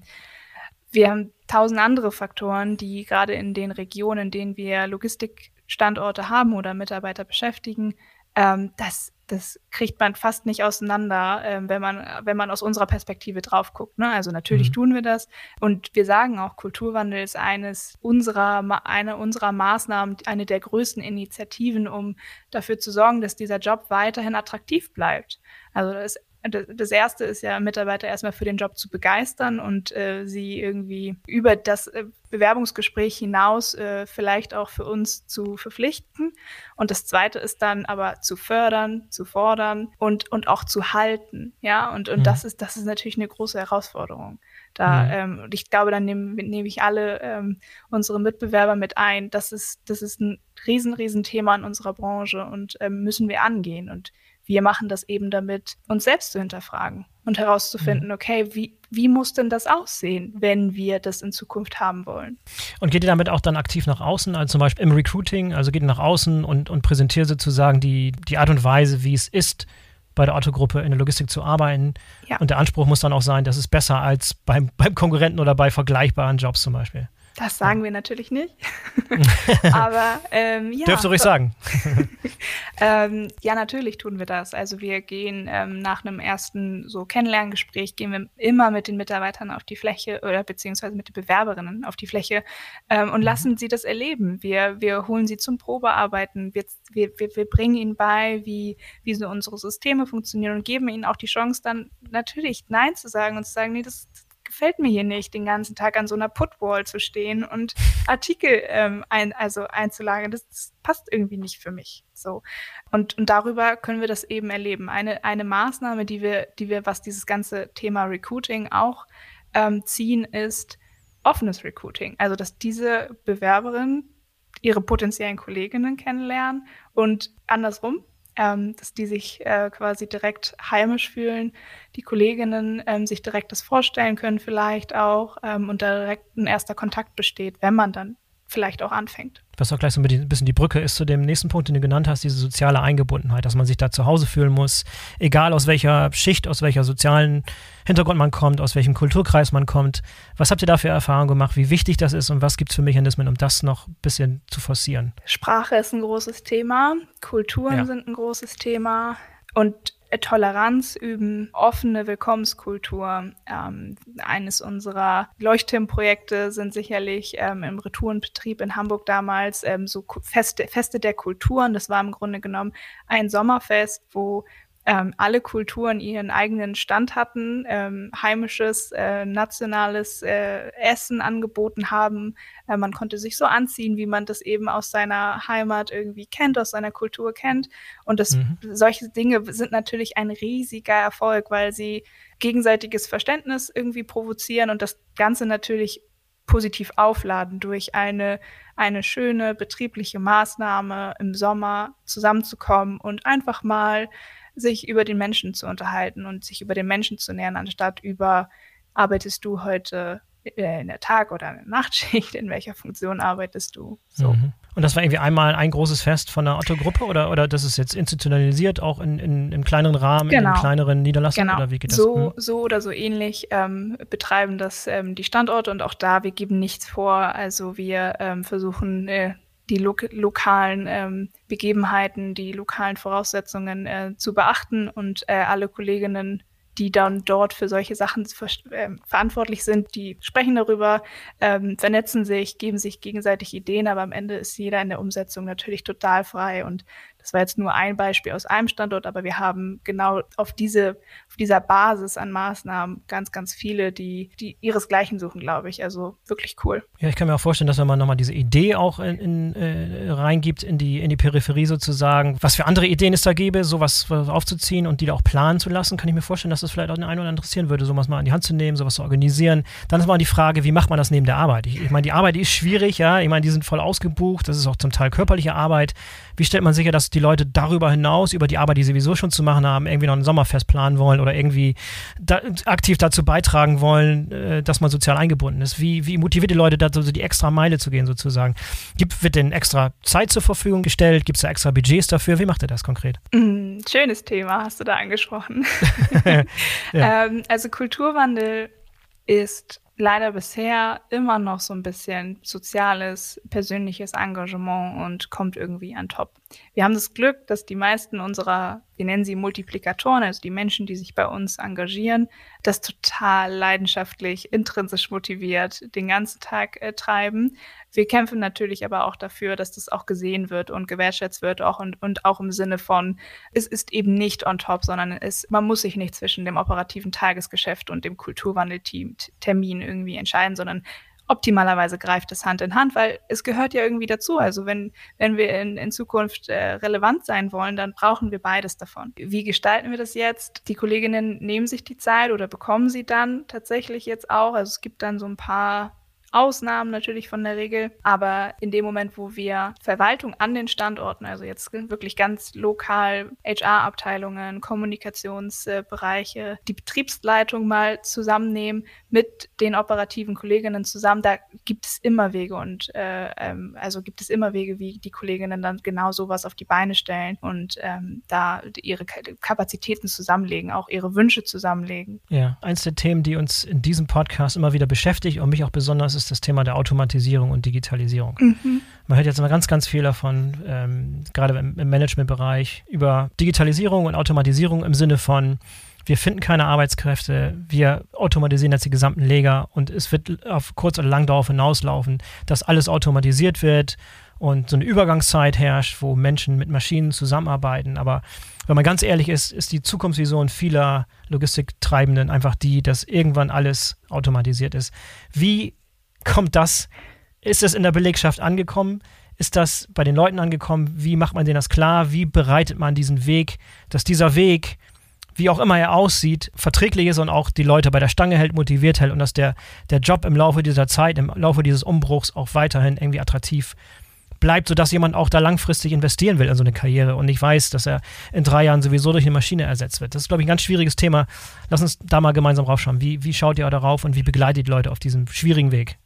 wir haben tausend andere Faktoren, die gerade in den Regionen, in denen wir Logistikstandorte haben oder Mitarbeiter beschäftigen, ähm, das, das kriegt man fast nicht auseinander, ähm, wenn man, wenn man aus unserer Perspektive drauf guckt. Ne? Also natürlich Mhm. tun wir das. Und wir sagen auch, Kulturwandel ist eines unserer, Ma- eine unserer Maßnahmen, eine der größten Initiativen, um dafür zu sorgen, dass dieser Job weiterhin attraktiv bleibt. Also das Das erste ist ja, Mitarbeiter erstmal für den Job zu begeistern und äh, sie irgendwie über das äh, Bewerbungsgespräch hinaus äh, vielleicht auch für uns zu verpflichten. Und das zweite ist dann aber zu fördern, zu fordern und, und auch zu halten. Ja, und, und Mhm. das ist, das ist natürlich eine große Herausforderung. Da, Mhm. ähm, und ich glaube, dann nehme nehm ich alle ähm, unsere Mitbewerber mit ein. Das ist, das ist ein riesen, riesen Thema in unserer Branche und ähm, müssen wir angehen. Und wir machen das eben damit, uns selbst zu hinterfragen und herauszufinden, okay, wie, wie muss denn das aussehen, wenn wir das in Zukunft haben wollen? Und geht ihr damit auch dann aktiv nach außen, also zum Beispiel im Recruiting, also geht ihr nach außen und, und präsentiert sozusagen die, die Art und Weise, wie es ist, bei der Otto-Gruppe in der Logistik zu arbeiten. Ja. Und der Anspruch muss dann auch sein, dass es besser als beim, beim Konkurrenten oder bei vergleichbaren Jobs zum Beispiel. Das sagen ja. wir natürlich nicht. Aber ähm, ja. Dürft ihr ruhig sagen. ähm, ja, natürlich tun wir das. Also wir gehen ähm, nach einem ersten so Kennenlerngespräch, gehen wir immer mit den Mitarbeitern auf die Fläche oder beziehungsweise mit den Bewerberinnen auf die Fläche ähm, und mhm. lassen sie das erleben. Wir, wir holen sie zum Probearbeiten. Wir, wir, wir, wir bringen ihnen bei, wie, wie so unsere Systeme funktionieren und geben ihnen auch die Chance, dann natürlich Nein zu sagen und zu sagen, nee, das gefällt mir hier nicht, den ganzen Tag an so einer Putwall zu stehen und Artikel ähm, ein, also einzulagern. Das, das passt irgendwie nicht für mich. So. Und, und darüber können wir das eben erleben. Eine, eine Maßnahme, die wir, die wir, was dieses ganze Thema Recruiting auch ähm, ziehen, ist offenes Recruiting. Also, dass diese Bewerberinnen ihre potenziellen Kolleginnen kennenlernen und andersrum, Ähm, dass die sich äh, quasi direkt heimisch fühlen, die Kolleginnen ähm, sich direkt das vorstellen können vielleicht auch ähm, und da direkt ein erster Kontakt besteht, wenn man dann vielleicht auch anfängt. Was auch gleich so ein bisschen die Brücke ist zu dem nächsten Punkt, den du genannt hast, diese soziale Eingebundenheit, dass man sich da zu Hause fühlen muss, egal aus welcher Schicht, aus welcher sozialen Hintergrund man kommt, aus welchem Kulturkreis man kommt. Was habt ihr da für Erfahrungen gemacht, wie wichtig das ist und was gibt es für Mechanismen, um das noch ein bisschen zu forcieren? Sprache ist ein großes Thema, Kulturen ja. sind ein großes Thema und Toleranz üben, offene Willkommenskultur. Ähm, eines unserer Leuchtturmprojekte sind sicherlich ähm, im Retourenbetrieb in Hamburg damals ähm, so Feste, Feste der Kulturen. Das war im Grunde genommen ein Sommerfest, wo ähm, alle Kulturen ihren eigenen Stand hatten, ähm, heimisches, äh, nationales äh, Essen angeboten haben. Äh, man konnte sich so anziehen, wie man das eben aus seiner Heimat irgendwie kennt, aus seiner Kultur kennt. Und das, mhm. solche Dinge sind natürlich ein riesiger Erfolg, weil sie gegenseitiges Verständnis irgendwie provozieren und das Ganze natürlich positiv aufladen durch eine, eine schöne betriebliche Maßnahme im Sommer zusammenzukommen und einfach mal sich über den Menschen zu unterhalten und sich über den Menschen zu nähern, anstatt über, arbeitest du heute in der Tag- oder in der Nachtschicht, in welcher Funktion arbeitest du? So. Mhm. Und das war irgendwie einmal ein großes Fest von der Otto-Gruppe oder, oder das ist jetzt institutionalisiert, auch in, in, im kleineren Rahmen, genau. in den kleineren Niederlassungen? Genau. Oder wie geht das? So, hm? so oder so ähnlich ähm, betreiben das ähm, die Standorte und auch da, wir geben nichts vor. Also wir ähm, versuchen, äh, die lo- lokalen ähm, Begebenheiten, die lokalen Voraussetzungen äh, zu beachten und äh, alle Kolleginnen, die dann dort für solche Sachen ver- äh, verantwortlich sind, die sprechen darüber, ähm, vernetzen sich, geben sich gegenseitig Ideen, aber am Ende ist jeder in der Umsetzung natürlich total frei und das war jetzt nur ein Beispiel aus einem Standort, aber wir haben genau auf diese, auf dieser Basis an Maßnahmen ganz, ganz viele, die, die ihresgleichen suchen, glaube ich. Also wirklich cool. Ja, ich kann mir auch vorstellen, dass wenn man nochmal diese Idee auch in, in, äh, reingibt in die, in die Peripherie sozusagen, was für andere Ideen es da gäbe, sowas aufzuziehen und die da auch planen zu lassen, kann ich mir vorstellen, dass das vielleicht auch den einen oder anderen interessieren würde, sowas mal an die Hand zu nehmen, sowas zu organisieren. Dann ist mal die Frage, wie macht man das neben der Arbeit? Ich, ich meine, die Arbeit die ist schwierig, ja. Ich meine, die sind voll ausgebucht, das ist auch zum Teil körperliche Arbeit. Wie stellt man sicher, dass die Leute darüber hinaus, über die Arbeit, die sie sowieso schon zu machen haben, irgendwie noch ein Sommerfest planen wollen oder irgendwie da, aktiv dazu beitragen wollen, äh, dass man sozial eingebunden ist? Wie, wie motiviert die Leute dazu, so die extra Meile zu gehen sozusagen? Gibt, wird denen extra Zeit zur Verfügung gestellt? Gibt es da extra Budgets dafür? Wie macht ihr das konkret? Mm, schönes Thema hast du da angesprochen. ja. ähm, also Kulturwandel ist leider bisher immer noch so ein bisschen soziales, persönliches Engagement und kommt irgendwie an top. Wir haben das Glück, dass die meisten unserer, wir nennen sie Multiplikatoren, also die Menschen, die sich bei uns engagieren, das total leidenschaftlich, intrinsisch motiviert den ganzen Tag äh, treiben. Wir kämpfen natürlich aber auch dafür, dass das auch gesehen wird und gewertschätzt wird auch und, und auch im Sinne von, es ist eben nicht on top, sondern es, man muss sich nicht zwischen dem operativen Tagesgeschäft und dem Kulturwandelteam-Termin irgendwie entscheiden, sondern optimalerweise greift es Hand in Hand, weil es gehört ja irgendwie dazu. Also wenn, wenn wir in, in Zukunft äh, relevant sein wollen, dann brauchen wir beides davon. Wie gestalten wir das jetzt? Die Kolleginnen nehmen sich die Zeit oder bekommen sie dann tatsächlich jetzt auch. Also es gibt dann so ein paar Ausnahmen natürlich von der Regel, aber in dem Moment, wo wir Verwaltung an den Standorten, also jetzt wirklich ganz lokal H R-Abteilungen, Kommunikationsbereiche, die Betriebsleitung mal zusammennehmen mit den operativen Kolleginnen zusammen, da gibt es immer Wege und äh, ähm, also gibt es immer Wege, wie die Kolleginnen dann genau sowas auf die Beine stellen und ähm, da ihre Kapazitäten zusammenlegen, auch ihre Wünsche zusammenlegen. Ja, eins der Themen, die uns in diesem Podcast immer wieder beschäftigt und mich auch besonders, ist das Thema der Automatisierung und Digitalisierung. Mhm. Man hört jetzt immer ganz, ganz viel davon, ähm, gerade im, im Managementbereich, über Digitalisierung und Automatisierung im Sinne von, wir finden keine Arbeitskräfte, wir automatisieren jetzt die gesamten Lager und es wird auf kurz oder lang darauf hinauslaufen, dass alles automatisiert wird und so eine Übergangszeit herrscht, wo Menschen mit Maschinen zusammenarbeiten. Aber wenn man ganz ehrlich ist, ist die Zukunftsvision vieler Logistiktreibenden einfach die, dass irgendwann alles automatisiert ist. Wie kommt das? Ist das in der Belegschaft angekommen? Ist das bei den Leuten angekommen? Wie macht man denen das klar? Wie bereitet man diesen Weg, dass dieser Weg, wie auch immer er aussieht, verträglich ist und auch die Leute bei der Stange hält, motiviert hält und dass der, der Job im Laufe dieser Zeit, im Laufe dieses Umbruchs auch weiterhin irgendwie attraktiv bleibt, sodass jemand auch da langfristig investieren will in so eine Karriere und nicht weiß, dass er in drei Jahren sowieso durch eine Maschine ersetzt wird. Das ist, glaube ich, ein ganz schwieriges Thema. Lass uns da mal gemeinsam raufschauen. Wie, wie schaut ihr darauf und wie begleitet die Leute auf diesem schwierigen Weg?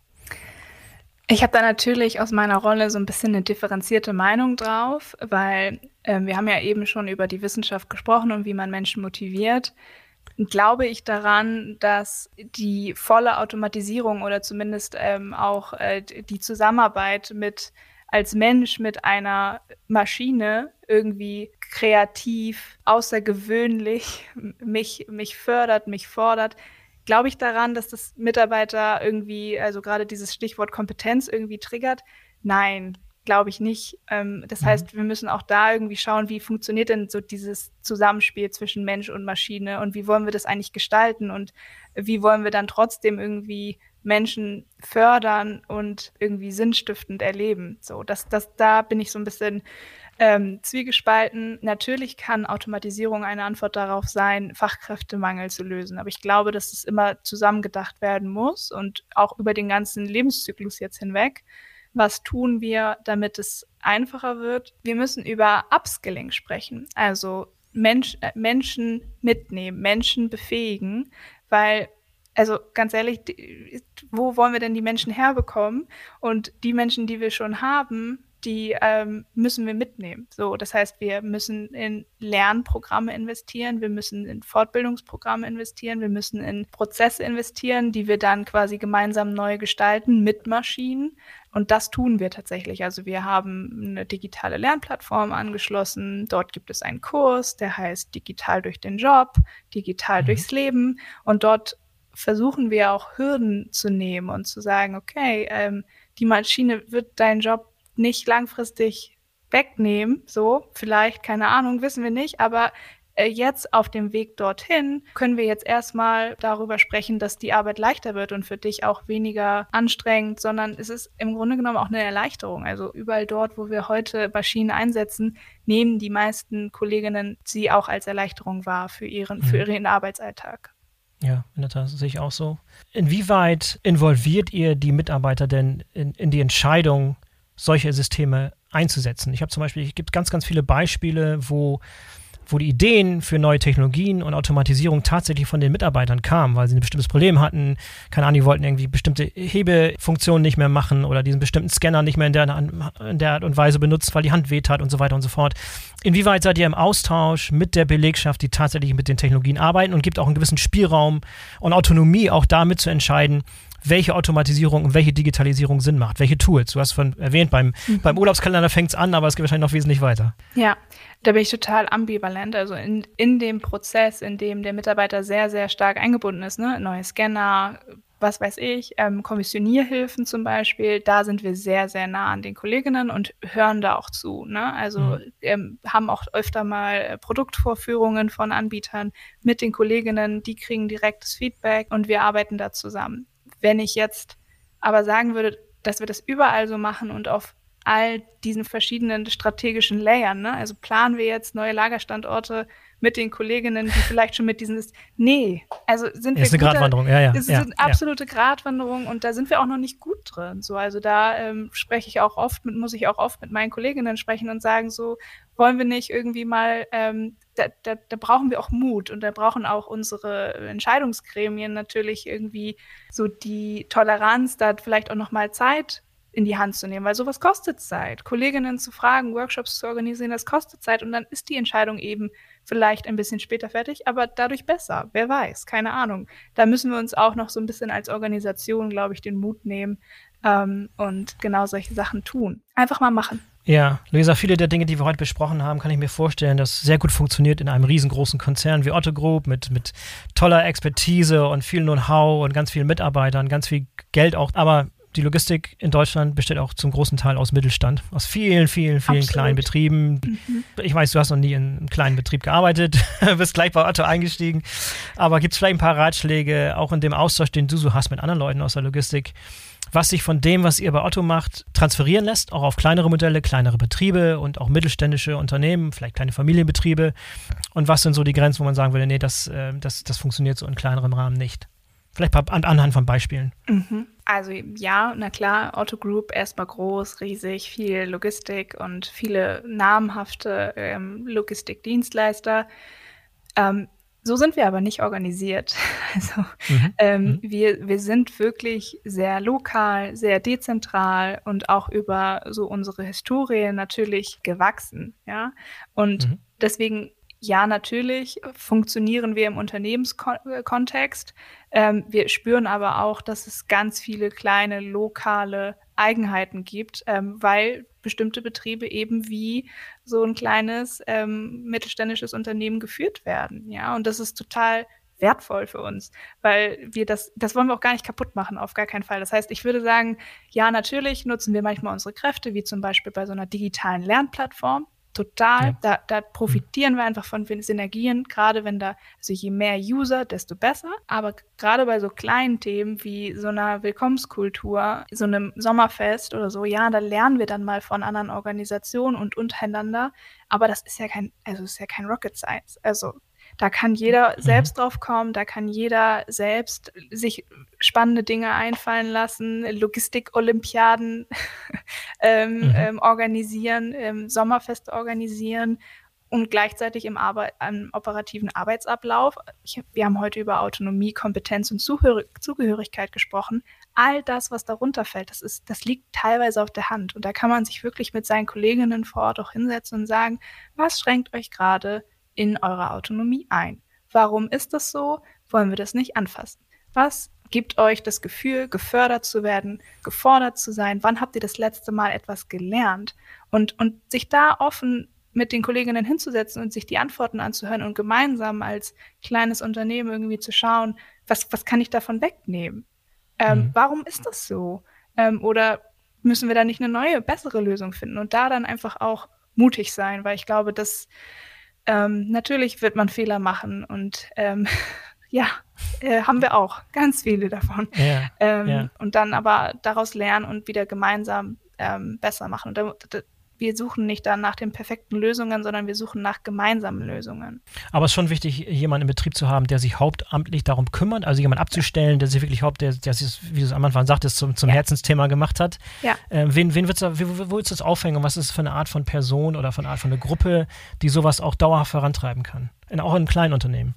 Ich habe da natürlich aus meiner Rolle so ein bisschen eine differenzierte Meinung drauf, weil äh, wir haben ja eben schon über die Wissenschaft gesprochen und wie man Menschen motiviert. Glaube ich daran, dass die volle Automatisierung oder zumindest ähm, auch äh, die Zusammenarbeit mit als Mensch mit einer Maschine irgendwie kreativ, außergewöhnlich mich, mich fördert, mich fordert. Glaube ich daran, dass das Mitarbeiter irgendwie, also gerade dieses Stichwort Kompetenz irgendwie triggert? Nein, glaube ich nicht. Ähm, das heißt, wir müssen auch da irgendwie schauen, wie funktioniert denn so dieses Zusammenspiel zwischen Mensch und Maschine und wie wollen wir das eigentlich gestalten und wie wollen wir dann trotzdem irgendwie Menschen fördern und irgendwie sinnstiftend erleben. So, das, das, da bin ich so ein bisschen ähm, zwiegespalten. Natürlich kann Automatisierung eine Antwort darauf sein, Fachkräftemangel zu lösen. Aber ich glaube, dass es immer zusammengedacht werden muss und auch über den ganzen Lebenszyklus jetzt hinweg. Was tun wir, damit es einfacher wird? Wir müssen über Upskilling sprechen, also Mensch, äh, Menschen mitnehmen, Menschen befähigen, weil also ganz ehrlich, die, wo wollen wir denn die Menschen herbekommen? Und die Menschen, die wir schon haben, die ähm, müssen wir mitnehmen. So, das heißt, wir müssen in Lernprogramme investieren, wir müssen in Fortbildungsprogramme investieren, wir müssen in Prozesse investieren, die wir dann quasi gemeinsam neu gestalten mit Maschinen. Und das tun wir tatsächlich. Also wir haben eine digitale Lernplattform angeschlossen. Dort gibt es einen Kurs, der heißt Digital durch den Job, Digital mhm. durchs Leben. Und dort versuchen wir auch Hürden zu nehmen und zu sagen, okay, ähm, die Maschine wird deinen Job nicht langfristig wegnehmen, so, vielleicht, keine Ahnung, wissen wir nicht, aber äh, jetzt auf dem Weg dorthin können wir jetzt erstmal darüber sprechen, dass die Arbeit leichter wird und für dich auch weniger anstrengend, sondern es ist im Grunde genommen auch eine Erleichterung. Also überall dort, wo wir heute Maschinen einsetzen, nehmen die meisten Kolleginnen sie auch als Erleichterung wahr für ihren, mhm. für ihren Arbeitsalltag. Ja, in der Tat, das sehe ich auch so. Inwieweit involviert ihr die Mitarbeiter denn in, in die Entscheidung, solche Systeme einzusetzen? Ich habe zum Beispiel, es gibt ganz, ganz viele Beispiele, wo, wo die Ideen für neue Technologien und Automatisierung tatsächlich von den Mitarbeitern kamen, weil sie ein bestimmtes Problem hatten. Keine Ahnung, die wollten irgendwie bestimmte Hebefunktionen nicht mehr machen oder diesen bestimmten Scanner nicht mehr in der, in der Art und Weise benutzt, weil die Hand weht hat und so weiter und so fort. Inwieweit seid ihr im Austausch mit der Belegschaft, die tatsächlich mit den Technologien arbeiten und gibt auch einen gewissen Spielraum und Autonomie, auch damit zu entscheiden, welche Automatisierung und welche Digitalisierung Sinn macht, welche Tools. Du hast von erwähnt, beim, mhm. beim Urlaubskalender fängt es an, aber es geht wahrscheinlich noch wesentlich weiter. Ja, da bin ich total ambivalent. Also in, in dem Prozess, in dem der Mitarbeiter sehr, sehr stark eingebunden ist, ne? Neue Scanner, was weiß ich, ähm, Kommissionierhilfen zum Beispiel, da sind wir sehr, sehr nah an den Kolleginnen und hören da auch zu. Ne? Also mhm. ähm, haben auch öfter mal äh, Produktvorführungen von Anbietern mit den Kolleginnen, die kriegen direktes Feedback und wir arbeiten da zusammen. Wenn ich jetzt aber sagen würde, dass wir das überall so machen und auf all diesen verschiedenen strategischen Layern, ne? Also planen wir jetzt neue Lagerstandorte mit den Kolleginnen, die vielleicht schon mit diesen, nee, also sind wir ist eine guter, Gratwanderung, ja, ja. Es ist ja, eine absolute ja. Gratwanderung und da sind wir auch noch nicht gut drin. So, also da ähm, spreche ich auch oft mit, muss ich auch oft mit meinen Kolleginnen sprechen und sagen so, wollen wir nicht irgendwie mal, ähm, da, da, da brauchen wir auch Mut und da brauchen auch unsere Entscheidungsgremien natürlich irgendwie so die Toleranz, da vielleicht auch noch mal Zeit in die Hand zu nehmen, weil sowas kostet Zeit. Kolleginnen zu fragen, Workshops zu organisieren, das kostet Zeit und dann ist die Entscheidung eben vielleicht ein bisschen später fertig, aber dadurch besser. Wer weiß, keine Ahnung. Da müssen wir uns auch noch so ein bisschen als Organisation, glaube ich, den Mut nehmen ähm, und genau solche Sachen tun. Einfach mal machen. Ja, Luisa, viele der Dinge, die wir heute besprochen haben, kann ich mir vorstellen, dass sehr gut funktioniert in einem riesengroßen Konzern wie Otto Group mit, mit toller Expertise und viel Know-how und ganz vielen Mitarbeitern, ganz viel Geld auch. Aber die Logistik in Deutschland besteht auch zum großen Teil aus Mittelstand, aus vielen, vielen, vielen Absolut. kleinen Betrieben. Mhm. Ich weiß, du hast noch nie in einem kleinen Betrieb gearbeitet, bist gleich bei Otto eingestiegen. Aber gibt es vielleicht ein paar Ratschläge, auch in dem Austausch, den du so hast mit anderen Leuten aus der Logistik, was sich von dem, was ihr bei Otto macht, transferieren lässt, auch auf kleinere Modelle, kleinere Betriebe und auch mittelständische Unternehmen, vielleicht kleine Familienbetriebe? Und was sind so die Grenzen, wo man sagen würde, nee, das, äh, das, das funktioniert so in kleinerem Rahmen nicht? Vielleicht an, anhand von Beispielen. Mhm. Also ja, na klar, Otto Group erstmal groß, riesig, viel Logistik und viele namhafte ähm, Logistikdienstleister. Ähm, so sind wir aber nicht organisiert. Also Mhm. ähm, mhm. wir, wir sind wirklich sehr lokal, sehr dezentral und auch über so unsere Historie natürlich gewachsen. Ja? Und Mhm. deswegen ja, natürlich funktionieren wir im Unternehmenskontext. Ähm, wir spüren aber auch, dass es ganz viele kleine lokale Eigenheiten gibt, ähm, weil bestimmte Betriebe eben wie so ein kleines ähm, mittelständisches Unternehmen geführt werden. Ja, und das ist total wertvoll für uns, weil wir das, das wollen wir auch gar nicht kaputt machen, auf gar keinen Fall. Das heißt, ich würde sagen, ja, natürlich nutzen wir manchmal unsere Kräfte, wie zum Beispiel bei so einer digitalen Lernplattform. Total, Ja. da, da profitieren wir einfach von Synergien, gerade wenn da, also je mehr User, desto besser. Aber gerade bei so kleinen Themen wie so einer Willkommenskultur, so einem Sommerfest oder so, ja, da lernen wir dann mal von anderen Organisationen und untereinander. Aber das ist ja kein, also ist ja kein Rocket Science. Also da kann jeder mhm. selbst drauf kommen, da kann jeder selbst sich spannende Dinge einfallen lassen, Logistik-Olympiaden ähm, mhm. ähm, organisieren, ähm, Sommerfeste organisieren und gleichzeitig im, Arbeit, im operativen Arbeitsablauf. Ich, wir haben heute über Autonomie, Kompetenz und Zuhör- Zugehörigkeit gesprochen. All das, was darunter fällt, das, ist, das liegt teilweise auf der Hand. Und da kann man sich wirklich mit seinen Kolleginnen vor Ort auch hinsetzen und sagen, was schränkt euch gerade in eurer Autonomie ein? Warum ist das so? Wollen wir das nicht anfassen? Was gibt euch das Gefühl, gefördert zu werden, gefordert zu sein? Wann habt ihr das letzte Mal etwas gelernt? Und, und sich da offen mit den Kolleginnen hinzusetzen und sich die Antworten anzuhören und gemeinsam als kleines Unternehmen irgendwie zu schauen, was, was kann ich davon wegnehmen? Ähm, mhm. Warum ist das so? Ähm, oder müssen wir da nicht eine neue, bessere Lösung finden? Und da dann einfach auch mutig sein, weil ich glaube, dass Ähm, natürlich wird man Fehler machen und ähm, ja, äh, haben wir auch ganz viele davon. Ja, ähm, ja. Und dann aber daraus lernen und wieder gemeinsam ähm, besser machen. Und da, da, wir suchen nicht dann nach den perfekten Lösungen, sondern wir suchen nach gemeinsamen Lösungen. Aber es ist schon wichtig, jemanden im Betrieb zu haben, der sich hauptamtlich darum kümmert, also jemanden abzustellen, der sich wirklich haupt, der, der sich, wie du es am Anfang sagtest, zum, zum ja. Herzensthema gemacht hat. Ja. Äh, wen, wen wird's da, wo, wo willst du das aufhängen und was ist es für eine Art von Person oder für eine Art von einer Gruppe, die sowas auch dauerhaft vorantreiben kann? In, auch in kleinen Unternehmen.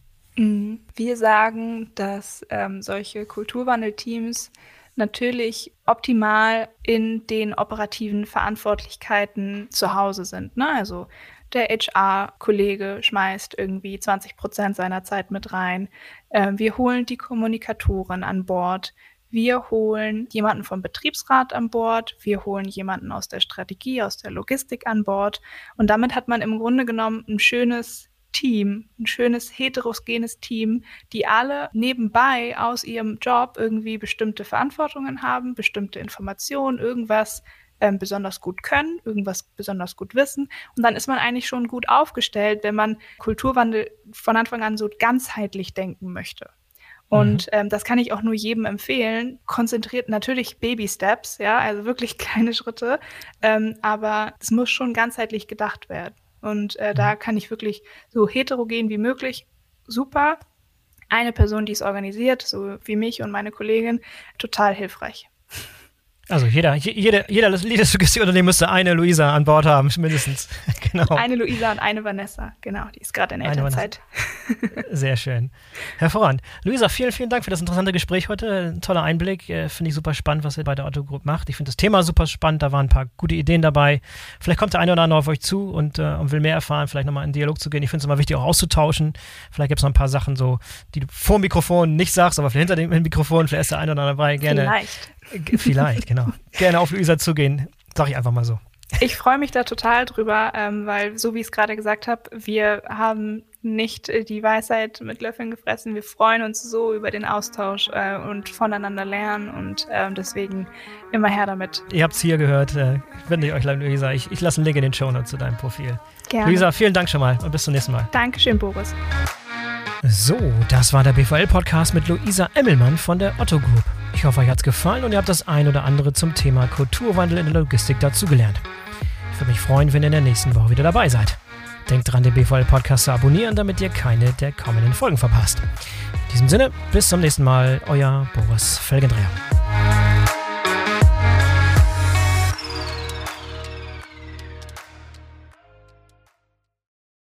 Wir sagen, dass ähm, solche Kulturwandelteams natürlich optimal in den operativen Verantwortlichkeiten zu Hause sind. Ne? Also der H R-Kollege schmeißt irgendwie zwanzig Prozent seiner Zeit mit rein. Ähm, wir holen die Kommunikatoren an Bord. Wir holen jemanden vom Betriebsrat an Bord. Wir holen jemanden aus der Strategie, aus der Logistik an Bord. Und damit hat man im Grunde genommen ein schönes Team, ein schönes heterogenes Team, die alle nebenbei aus ihrem Job irgendwie bestimmte Verantwortungen haben, bestimmte Informationen, irgendwas ähm, besonders gut können, irgendwas besonders gut wissen. Und dann ist man eigentlich schon gut aufgestellt, wenn man Kulturwandel von Anfang an so ganzheitlich denken möchte. Und ähm, das kann ich auch nur jedem empfehlen. Konzentriert natürlich Baby Steps, ja, also wirklich kleine Schritte, ähm, aber es muss schon ganzheitlich gedacht werden. Und äh, da kann ich wirklich so heterogen wie möglich, super. Eine Person, die es organisiert, so wie mich und meine Kollegin, total hilfreich. Also jeder, jeder, jeder Logistikunternehmen müsste eine Luisa an Bord haben, mindestens. Genau. Eine Luisa und eine Vanessa, genau, die ist gerade in Elternzeit. Sehr schön. Hervorragend. Luisa, vielen, vielen Dank für das interessante Gespräch heute. Ein toller Einblick. Finde ich super spannend, was ihr bei der Otto Group macht. Ich finde das Thema super spannend. Da waren ein paar gute Ideen dabei. Vielleicht kommt der eine oder andere auf euch zu und, äh, und will mehr erfahren, vielleicht nochmal in den Dialog zu gehen. Ich finde es immer wichtig, auch auszutauschen. Vielleicht gibt es noch ein paar Sachen, so, die du vor dem Mikrofon nicht sagst, aber hinter dem Mikrofon. Vielleicht ist der eine oder andere dabei. Gerne. Vielleicht. Vielleicht, genau. Gerne auf Luisa zugehen, sag ich einfach mal so. Ich freue mich da total drüber, ähm, weil, so wie ich es gerade gesagt habe, wir haben nicht äh, die Weisheit mit Löffeln gefressen. Wir freuen uns so über den Austausch äh, und voneinander lernen und äh, deswegen immer her damit. Ihr habt es hier gehört. Äh, wenn ich euch leid, Luisa, ich, ich lasse einen Link in den Shownotes zu deinem Profil. Gerne. Luisa, vielen Dank schon mal und bis zum nächsten Mal. Dankeschön, Boris. So, das war der B V L-Podcast mit Luisa Emmelmann von der Otto Group. Ich hoffe, euch hat es gefallen und ihr habt das ein oder andere zum Thema Kulturwandel in der Logistik dazugelernt. Ich würde mich freuen, wenn ihr in der nächsten Woche wieder dabei seid. Denkt dran, den B V L-Podcast zu abonnieren, damit ihr keine der kommenden Folgen verpasst. In diesem Sinne, bis zum nächsten Mal, euer Boris Felgendreher.